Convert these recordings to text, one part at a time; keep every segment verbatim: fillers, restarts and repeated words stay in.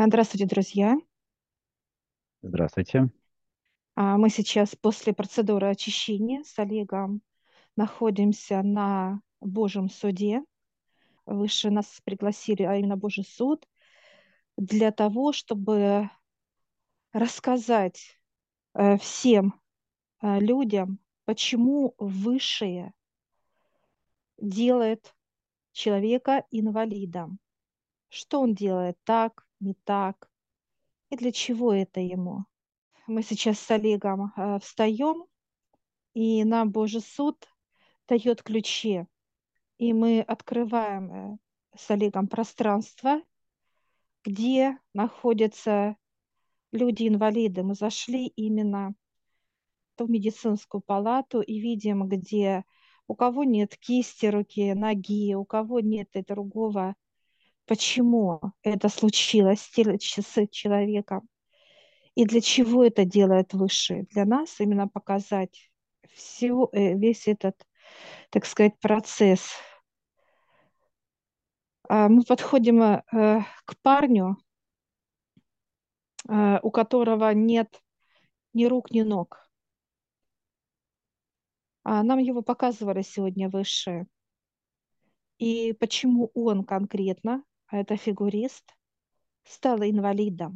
А, Здравствуйте, друзья. Здравствуйте. А, Мы сейчас после процедуры очищения с Олегом находимся на Божьем суде. Выше нас пригласили, а именно Божий суд, для того, чтобы рассказать э, всем э, людям, почему высшее делает человека инвалидом. Что он делает так, не так, и для чего это ему. Мы сейчас с Олегом э, встаем, и нам Божий суд дает ключи. И мы открываем э, с Олегом пространство, где находятся люди-инвалиды. Мы зашли именно в медицинскую палату и видим, где у кого нет кисти руки, ноги, у кого нет и другого. Почему это случилось с тело- с человеком? И для чего это делает Высший? Для нас именно показать всю, э, весь этот, так сказать, процесс. А Мы подходим э, к парню, э, у которого нет ни рук, ни ног. А нам его показывали сегодня выше. И почему он конкретно, а это фигурист, стал инвалидом?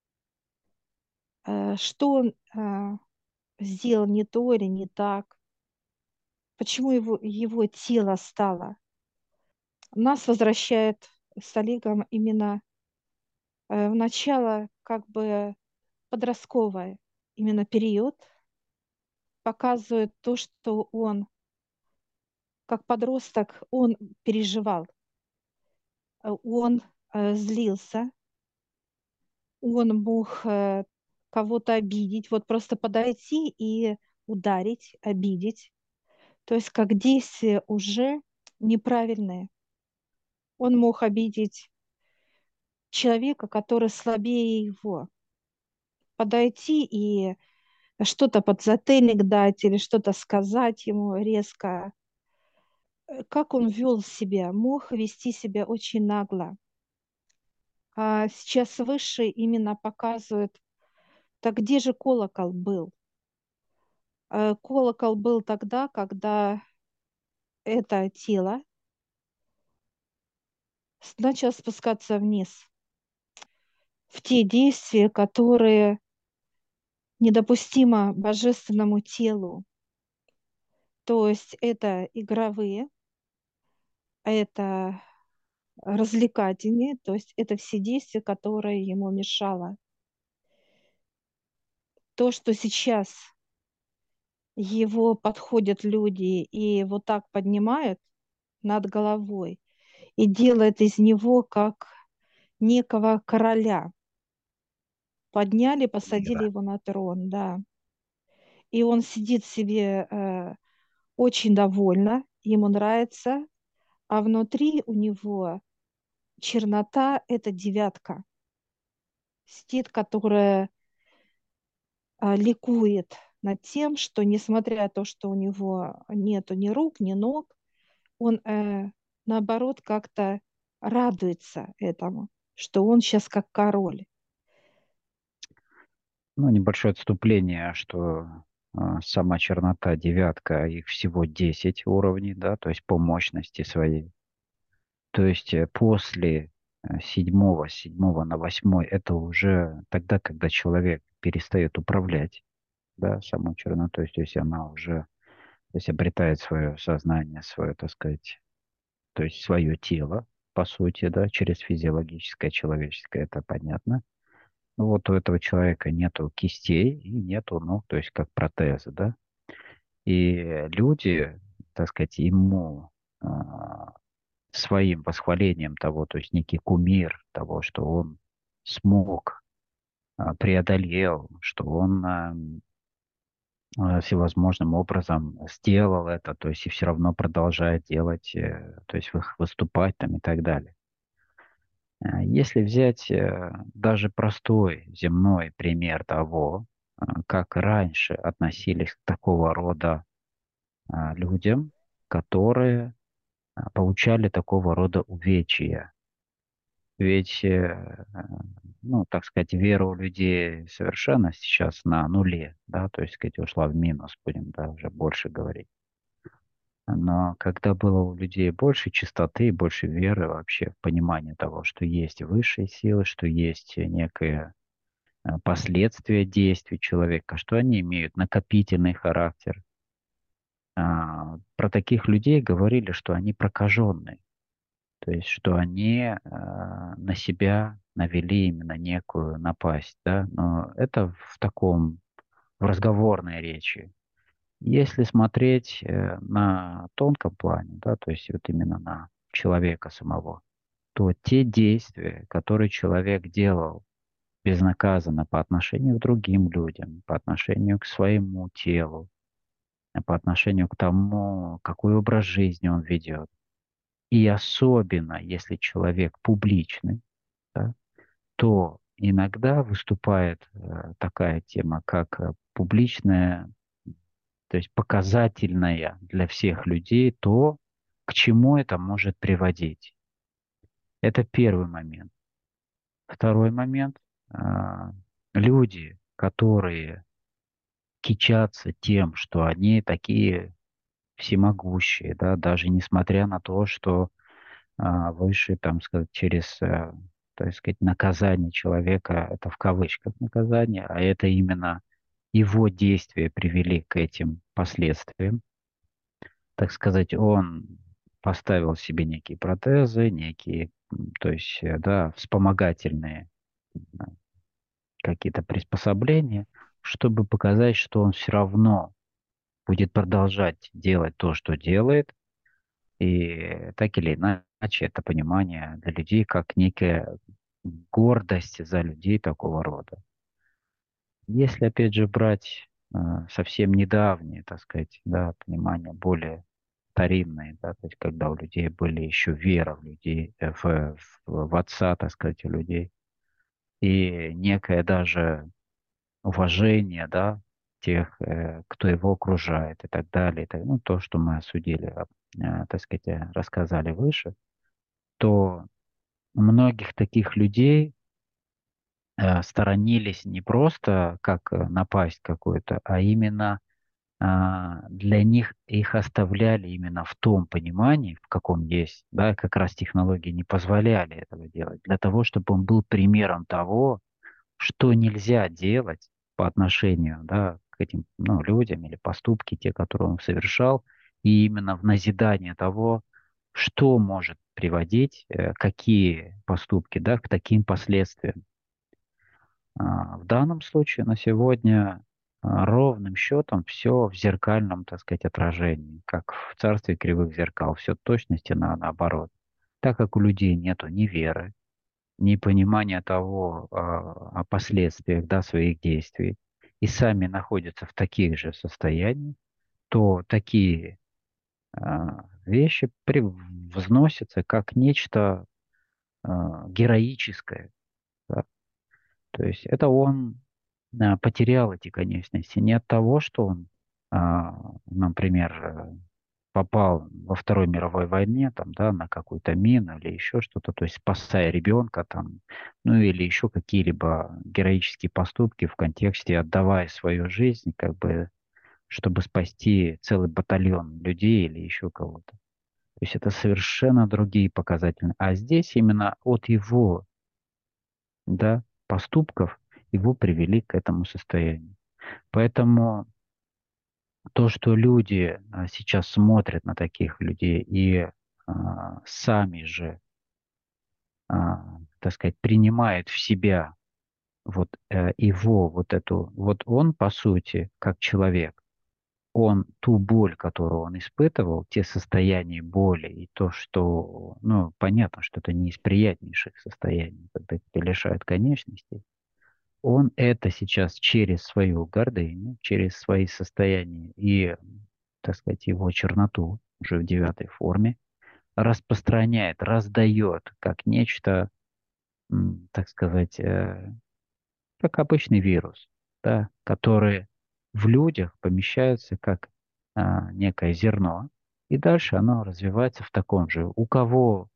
Э, Что он э, сделал не то или не так? Почему его, его тело стало? Нас возвращает с Олегом именно э, в начало как бы подростковое именно период, показывает то, что он как подросток, он переживал. Э, Он э, злился, он мог э, кого-то обидеть, вот просто подойти и ударить, обидеть. То есть как действие уже неправильное. Он мог обидеть человека, который слабее его, подойти и что-то подзатыльник дать или что-то сказать ему резко. Э, Как он вел себя, мог вести себя очень нагло. А сейчас выше именно показывают, так где же колокол был? Э, Колокол был тогда, когда это тело с- начало спускаться вниз в те действия, которые недопустимо божественному телу. То есть это игровые, это развлекательные, то есть это все действия, которые ему мешало. То, что сейчас его подходят люди и вот так поднимают над головой и делают из него как некого короля. Подняли, посадили Мира. его на трон, да. И он сидит себе э, очень довольно, ему нравится, а внутри у него чернота — это девятка, сидит, которая э, ликует над тем, что несмотря на то, что у него нету ни рук, ни ног, он э, наоборот как-то радуется этому, что он сейчас как король. Ну, небольшое отступление, что а, сама чернота девятка, их всего десять уровней, да, то есть по мощности своей. То есть э, после э, седьмого, с седьмого на восьмой это уже тогда, когда человек перестает управлять, да, самой чернотой, то есть она уже, то есть обретает свое сознание, свое, так сказать, то есть свое тело, по сути, да, через физиологическое, человеческое, это понятно. Ну, вот у этого человека нету кистей и нету ног, то есть как протезы, да. И люди, так сказать, ему а, своим восхвалением того, то есть некий кумир того, что он смог, а, преодолел, что он а, а, всевозможным образом сделал это, то есть и все равно продолжает делать, э, то есть вы- выступать там и так далее. А Если взять э, даже простой земной пример того, а, как раньше относились к такого рода а, людям, которые а, получали такого рода увечья. Ведь э, ну, так сказать, вера у людей совершенно сейчас на нуле, да, то есть, сказать, ушла в минус, будем, да, уже больше говорить. Но когда было у людей больше чистоты, больше веры вообще в понимание того, что есть высшие силы, что есть некое э, последствия действий человека, что они имеют накопительный характер. А, про таких людей говорили, что они прокаженные, то есть что они э, на себя навели именно некую напасть, да, но это в таком, в разговорной речи. Если смотреть э, на тонком плане, да, то есть вот именно на человека самого, то те действия, которые человек делал безнаказанно по отношению к другим людям, по отношению к своему телу, а по отношению к тому, какой образ жизни он ведет, и особенно если человек публичный, да, то иногда выступает э, такая тема, как э, публичная, то есть показательная для всех людей то, к чему это может приводить. Это первый момент. Второй момент. а, Люди, которые кичатся тем, что они такие всемогущие, да, даже несмотря на то, что а, выше, там сказать, через, э, так сказать, наказание человека, это в кавычках наказание, а это именно его действия привели к этим последствиям. Так сказать, он поставил себе некие протезы, некие, м, то есть, э, да, вспомогательные э, какие-то приспособления, чтобы показать, что он все равно будет продолжать делать то, что делает, и так или иначе это понимание для людей как некая гордость за людей такого рода. Если, опять же, брать э, совсем недавние, так сказать, да, понимания более старинные, да, то есть когда у людей были еще вера в людей, э, в, в, в отца, так сказать, у людей, и некое даже уважение, да, тех, э, кто его окружает и так далее, и так, ну, то, что мы осудили, э, так сказать, э, рассказали выше, то многих таких людей э, сторонились не просто как э, напасть какую-то, а именно а, для них их оставляли именно в том понимании, в каком есть, да, как раз технологии не позволяли этого делать, для того, чтобы он был примером того, что нельзя делать по отношению, да, к этим, ну, людям или поступки, те, которые он совершал, и именно в назидание того, что может приводить, э, какие поступки, да, к таким последствиям. А, В данном случае на сегодня а, ровным счетом все в зеркальном, так сказать, отражении, как в царстве кривых зеркал, все точности на, наоборот. Так как у людей нету ни веры, ни понимания того а, о последствиях, да, своих действий, и сами находятся в таких же состояниях, то такие а, вещи превозносятся как нечто а, героическое. Да. То есть это он а, потерял эти конечности не от того, что он, а, например, э, попал во Второй мировой войне, там, да, на какую-то мину или еще что-то, то есть спасая ребенка, там, ну или еще какие-либо героические поступки в контексте отдавая свою жизнь, как бы, чтобы спасти целый батальон людей или еще кого-то. То есть это совершенно другие показатели. А здесь именно от его, да, поступков его привели к этому состоянию. Поэтому то, что люди а, сейчас смотрят на таких людей и а, сами же, а, так сказать, принимают в себя вот э, его, вот эту, вот он, по сути, как человек, он ту боль, которую он испытывал, те состояния боли и то, что, ну, понятно, что это не из приятнейших состояний, когда тебя лишают конечностей, он это сейчас через свою гордыню, через свои состояния и, так сказать, его черноту уже в девятой форме распространяет, раздает как нечто, м, так сказать, э, как обычный вирус, да, который в людях помещается как а, некое зерно, и дальше оно развивается в таком же. У кого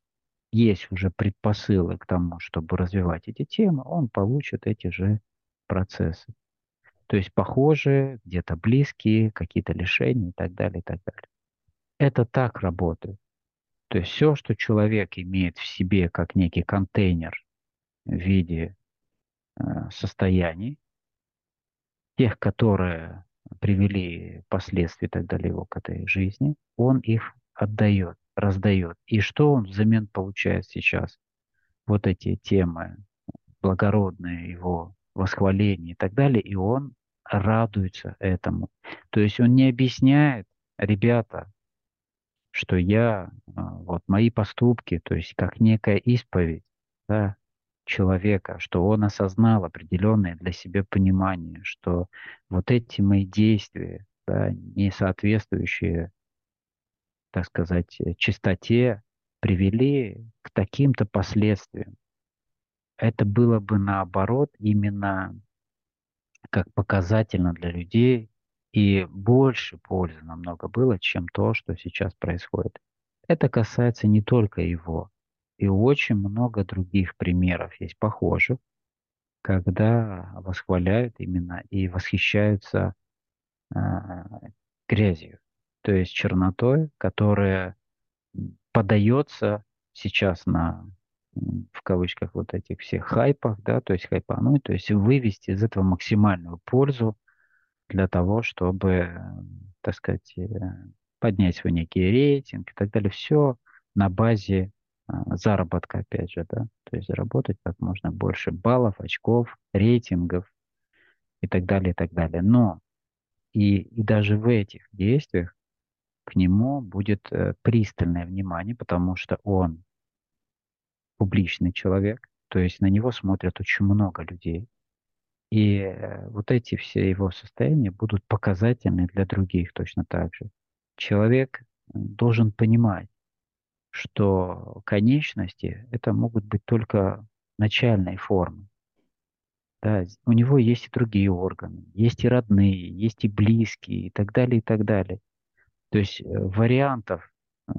есть уже предпосылы к тому, чтобы развивать эти темы, он получит эти же процессы. То есть похожие, где-то близкие, какие-то лишения и так далее, и так далее. Это так работает. То есть все, что человек имеет в себе как некий контейнер в виде э, состояний, тех, которые привели последствия и так далее его к этой жизни, он их отдает, раздает. И что он взамен получает сейчас? Вот эти темы, благородные его восхваления и так далее, и он радуется этому. То есть он не объясняет, ребята, что я, а, вот мои поступки, то есть как некая исповедь, да, человека, что он осознал определенное для себя понимание, что вот эти мои действия, да, не соответствующие, так сказать, э, чистоте, привели к таким-то последствиям. Это было бы наоборот именно как показательно для людей, и больше пользы намного было, чем то, что сейчас происходит. Это касается не только его. И очень много других примеров есть похожих, когда восхваляют именно и восхищаются а, грязью, то есть чернотой, которая подается сейчас на, м, в кавычках, вот этих всех хайпах, да, то есть хайпануть, то есть вывести из этого максимальную пользу для того, чтобы, э, так сказать, э, поднять свой некий рейтинг и так далее. Все на базе а, заработка, опять же, да, то есть заработать как можно больше баллов, очков, рейтингов и так далее, и так далее. Но и, и даже в этих действиях к нему будет э, пристальное внимание, потому что он публичный человек, то есть на него смотрят очень много людей. И э, вот эти все его состояния будут показательны для других точно так же. Человек э, должен понимать, что конечности это могут быть только начальной формы. Да, з- у него есть и другие органы, есть и родные, есть и близкие, и так далее, и так далее. То есть э, вариантов э,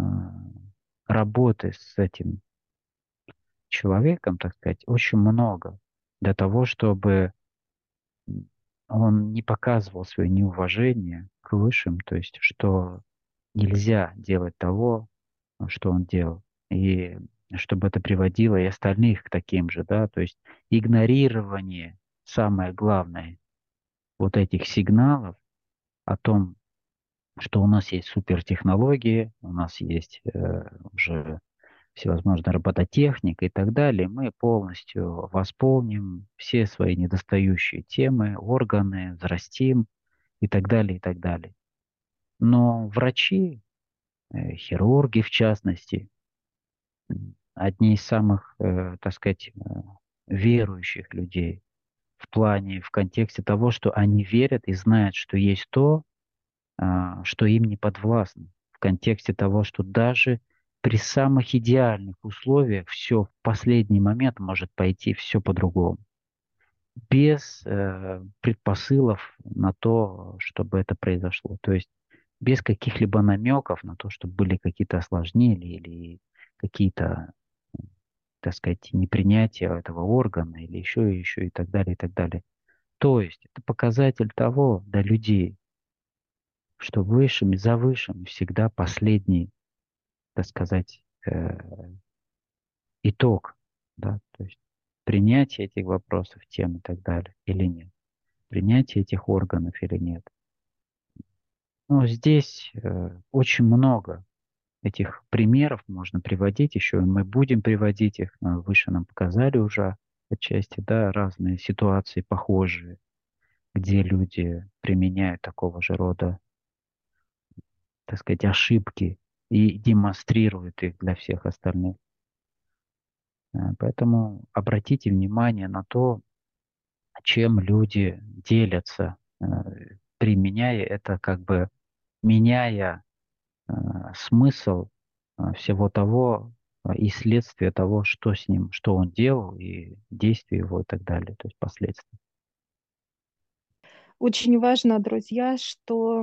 работы с этим человеком, так сказать, очень много для того, чтобы он не показывал свое неуважение к высшим, то есть что нельзя делать того, что он делал, и чтобы это приводило и остальных к таким же, да, то есть игнорирование, самое главное, вот этих сигналов о том, что у нас есть супертехнологии, у нас есть э, уже всевозможная робототехника и так далее, мы полностью восполним все свои недостающие темы, органы, взрастим и так далее, и так далее. Но врачи, э, хирурги в частности, м, одни из самых, э, так сказать, э, верующих людей в плане, в контексте того, что они верят и знают, что есть то, а, что им не подвластно, в контексте того, что даже при самых идеальных условиях все в последний момент может пойти все по-другому, без э, предпосылов на то, чтобы это произошло. То есть без каких-либо намеков на то, чтобы были какие-то осложнения или какие-то, так сказать, непринятия этого органа или еще, и еще и так далее, и так далее. То есть это показатель того для людей, что высшими, за высшим всегда последний, так сказать, э, итог, да, то есть принятие этих вопросов, тем и так далее, или нет, принятие этих органов или нет. Но здесь э, очень много этих примеров можно приводить еще, и мы будем приводить их, э, выше нам показали уже отчасти, да, разные ситуации похожие, где люди применяют такого же рода, так сказать, ошибки и демонстрируют их для всех остальных. Э, Поэтому обратите внимание на то, чем люди делятся, э, применяя это, как бы меняя э, смысл э, всего того э, и следствие того, что с ним, что он делал, и действия его и так далее, то есть последствия. Очень важно, друзья, что,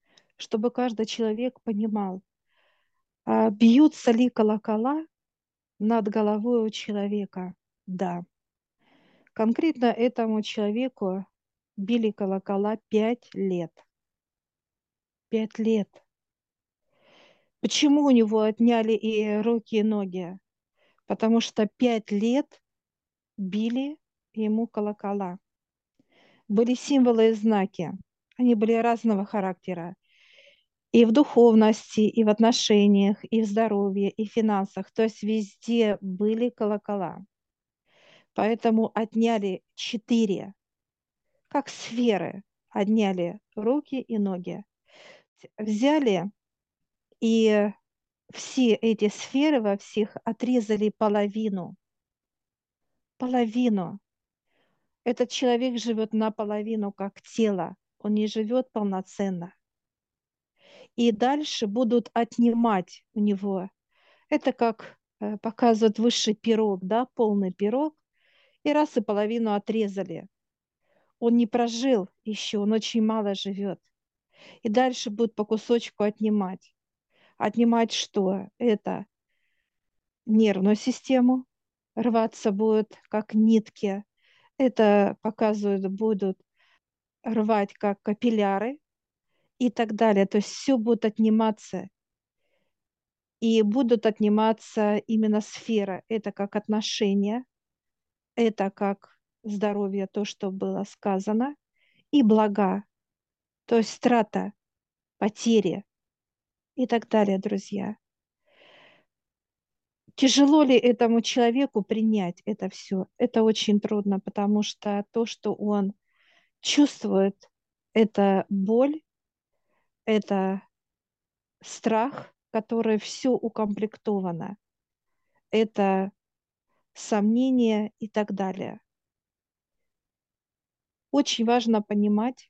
чтобы каждый человек понимал, а, бьются ли колокола над головой у человека. Да, конкретно этому человеку били колокола пять лет. Пять лет. Почему у него отняли и руки, и ноги? Потому что пять лет били ему колокола. Были символы и знаки. Они были разного характера. И в духовности, и в отношениях, и в здоровье, и в финансах. То есть везде были колокола. Поэтому отняли четыре, как сферы, отняли руки и ноги. Взяли и все эти сферы во всех отрезали половину. Половину. Этот человек живет наполовину как тело. Он не живет полноценно. И дальше будут отнимать у него. Это как э, показывает высший пирог, да, полный пирог. И раз и половину отрезали. Он не прожил еще, он очень мало живет. И дальше будут по кусочку отнимать. Отнимать что? Это нервную систему, рваться будет как нитки. Это показывают, будут рвать как капилляры и так далее. То есть все будет отниматься. И будут отниматься именно сферы. Это как отношения, это как здоровье, то, что было сказано, и блага, то есть страта, потери и так далее, друзья. Тяжело ли этому человеку принять это все? Это очень трудно, потому что то, что он чувствует, это боль, это страх, который все укомплектовано, это сомнения и так далее. Очень важно понимать,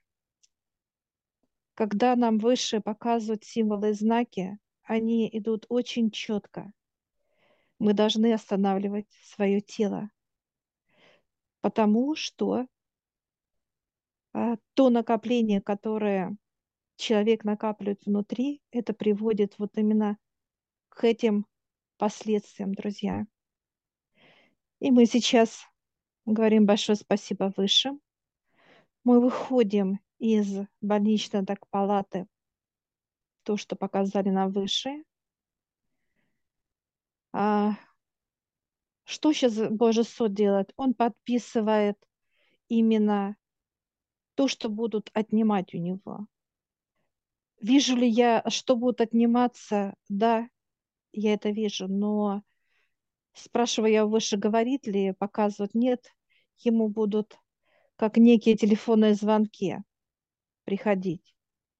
когда нам выше показывают символы и знаки, они идут очень четко. Мы должны останавливать свое тело, потому что а, то накопление, которое человек накапливает внутри, это приводит вот именно к этим последствиям, друзья. И мы сейчас говорим большое спасибо выше. Мы выходим из больничной так палаты, то, что показали нам выше. А что сейчас Божий суд делает? Он подписывает именно то, что будут отнимать у него. Вижу ли я, что будут отниматься? Да, я это вижу, но спрашиваю я выше, говорит ли, показывают, нет, ему будут как некие телефонные звонки приходить.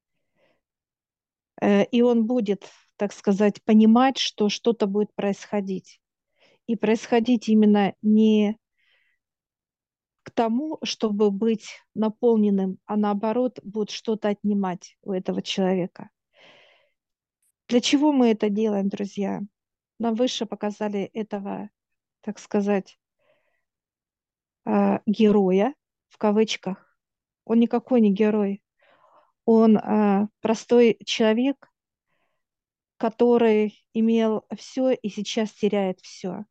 Э, И он будет, так сказать, понимать, что что-то будет происходить. И происходить именно не к тому, чтобы быть наполненным, а наоборот, будет что-то отнимать у этого человека. Для чего мы это делаем, друзья? Нам выше показали этого, так сказать, а, героя, в кавычках. Он никакой не герой. Он а, простой человек, который имел все и сейчас теряет все.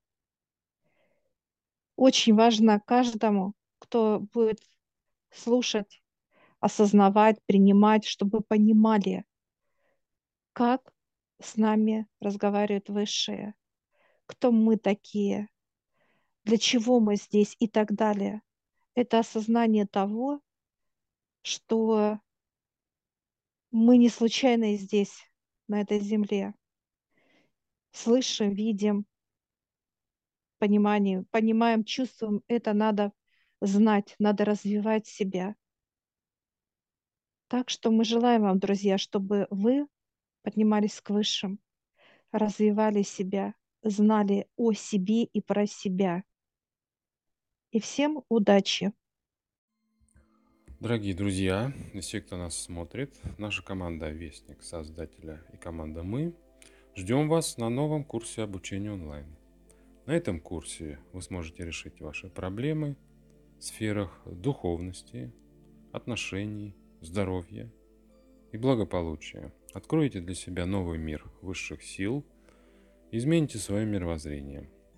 Очень важно каждому, кто будет слушать, осознавать, принимать, чтобы понимали, как с нами разговаривают высшие, кто мы такие, для чего мы здесь и так далее. Это осознание того, что мы не случайно здесь, на этой земле. Слышим, видим, пониманием, понимаем, чувствуем, это надо знать, надо развивать себя. Так что мы желаем вам, друзья, чтобы вы поднимались к высшим, развивали себя, знали о себе и про себя. И всем удачи! Дорогие друзья, и все, кто нас смотрит, наша команда Вестник Создателя и команда Мы ждем вас на новом курсе обучения онлайн. На этом курсе вы сможете решить ваши проблемы в сферах духовности, отношений, здоровья и благополучия. Откроете для себя новый мир высших сил, измените свое мировоззрение.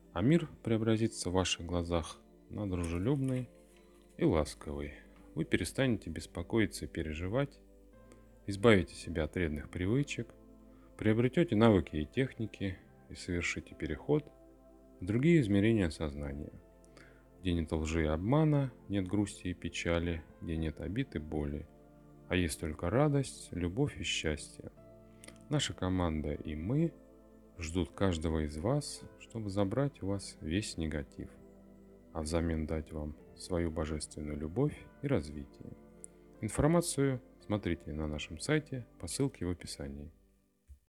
а мир преобразится в ваших глазах на дружелюбный и ласковый. Вы перестанете беспокоиться и переживать, избавите себя от вредных привычек, приобретете навыки и техники и совершите переход в другие измерения сознания, где нет лжи и обмана, нет грусти и печали, где нет обид и боли, а есть только радость, любовь и счастье. Наша команда и мы ждут каждого из вас, чтобы забрать у вас весь негатив, а взамен дать вам свою божественную любовь и развитие. Информацию смотрите на нашем сайте по ссылке в описании.